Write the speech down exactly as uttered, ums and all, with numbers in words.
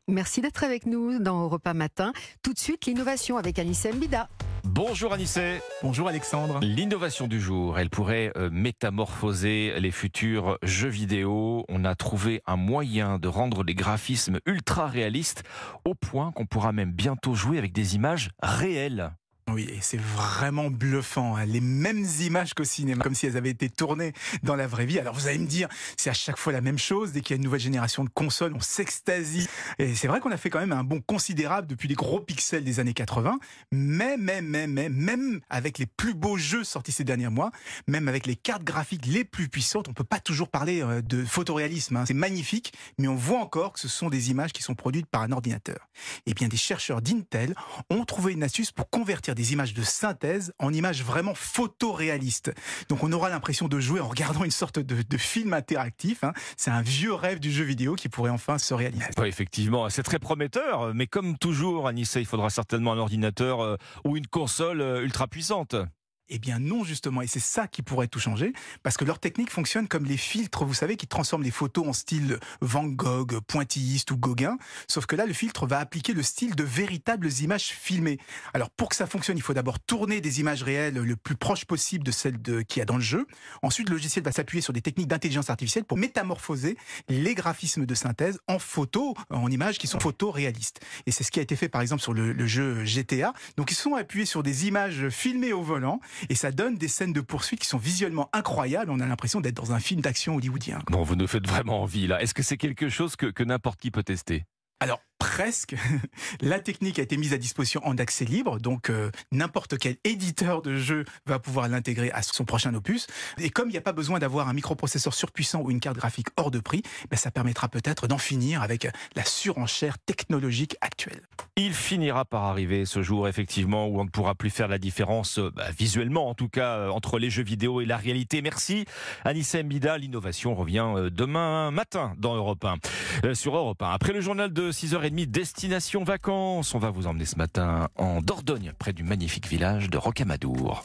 Merci d'être avec nous dans Europe un Matin. Tout de suite, l'innovation avec Anissé Mbida. Bonjour Anissé. Bonjour Alexandre. L'innovation du jour, elle pourrait euh, métamorphoser les futurs jeux vidéo. On a trouvé un moyen de rendre les graphismes ultra réalistes au point qu'on pourra même bientôt jouer avec des images réelles. Oui, et c'est vraiment bluffant, hein. Les mêmes images qu'au cinéma, comme si elles avaient été tournées dans la vraie vie. Alors vous allez me dire, c'est à chaque fois la même chose. Dès qu'il y a une nouvelle génération de consoles, on s'extasie. Et c'est vrai qu'on a fait quand même un bond considérable depuis les gros pixels des années quatre-vingts. Mais, mais, mais, mais, même avec les plus beaux jeux sortis ces derniers mois, même avec les cartes graphiques les plus puissantes, on peut pas toujours parler de photoréalisme, hein. C'est magnifique, mais on voit encore que ce sont des images qui sont produites par un ordinateur. Et bien, des chercheurs d'Intel ont trouvé une astuce pour convertir des images de synthèse en images vraiment photoréalistes. Donc on aura l'impression de jouer en regardant une sorte de, de film interactif, hein. C'est un vieux rêve du jeu vidéo qui pourrait enfin se réaliser. Oui, effectivement, c'est très prometteur, mais comme toujours, Anissé, il faudra certainement un ordinateur euh, ou une console euh, ultra puissante. Eh bien non, justement, et c'est ça qui pourrait tout changer, parce que leur technique fonctionne comme les filtres, vous savez, qui transforment les photos en style Van Gogh, pointilliste ou Gauguin, sauf que là, le filtre va appliquer le style de véritables images filmées. Alors pour que ça fonctionne, il faut d'abord tourner des images réelles le plus proche possible de celles de, qu'il y a dans le jeu. Ensuite, le logiciel va s'appuyer sur des techniques d'intelligence artificielle pour métamorphoser les graphismes de synthèse en photos, en images qui sont photoréalistes. Et c'est ce qui a été fait par exemple sur le, le jeu G T A. Donc ils sont appuyés sur des images filmées au volant, et ça donne des scènes de poursuite qui sont visuellement incroyables. On a l'impression d'être dans un film d'action hollywoodien. Bon, vous nous faites vraiment envie là. Est-ce que c'est quelque chose que, que n'importe qui peut tester ? Alors, presque. La technique a été mise à disposition en accès libre, donc euh, n'importe quel éditeur de jeu va pouvoir l'intégrer à son prochain opus. Et comme il n'y a pas besoin d'avoir un microprocesseur surpuissant ou une carte graphique hors de prix, ben ça permettra peut-être d'en finir avec la surenchère technologique actuelle. Il finira par arriver ce jour, effectivement, où on ne pourra plus faire la différence, bah, visuellement en tout cas, entre les jeux vidéo et la réalité. Merci Anissé Mbida. L'innovation revient demain matin dans Europe un, euh, sur Europe un. Après le journal de six heures trente, Destination Vacances, on va vous emmener ce matin en Dordogne, près du magnifique village de Rocamadour.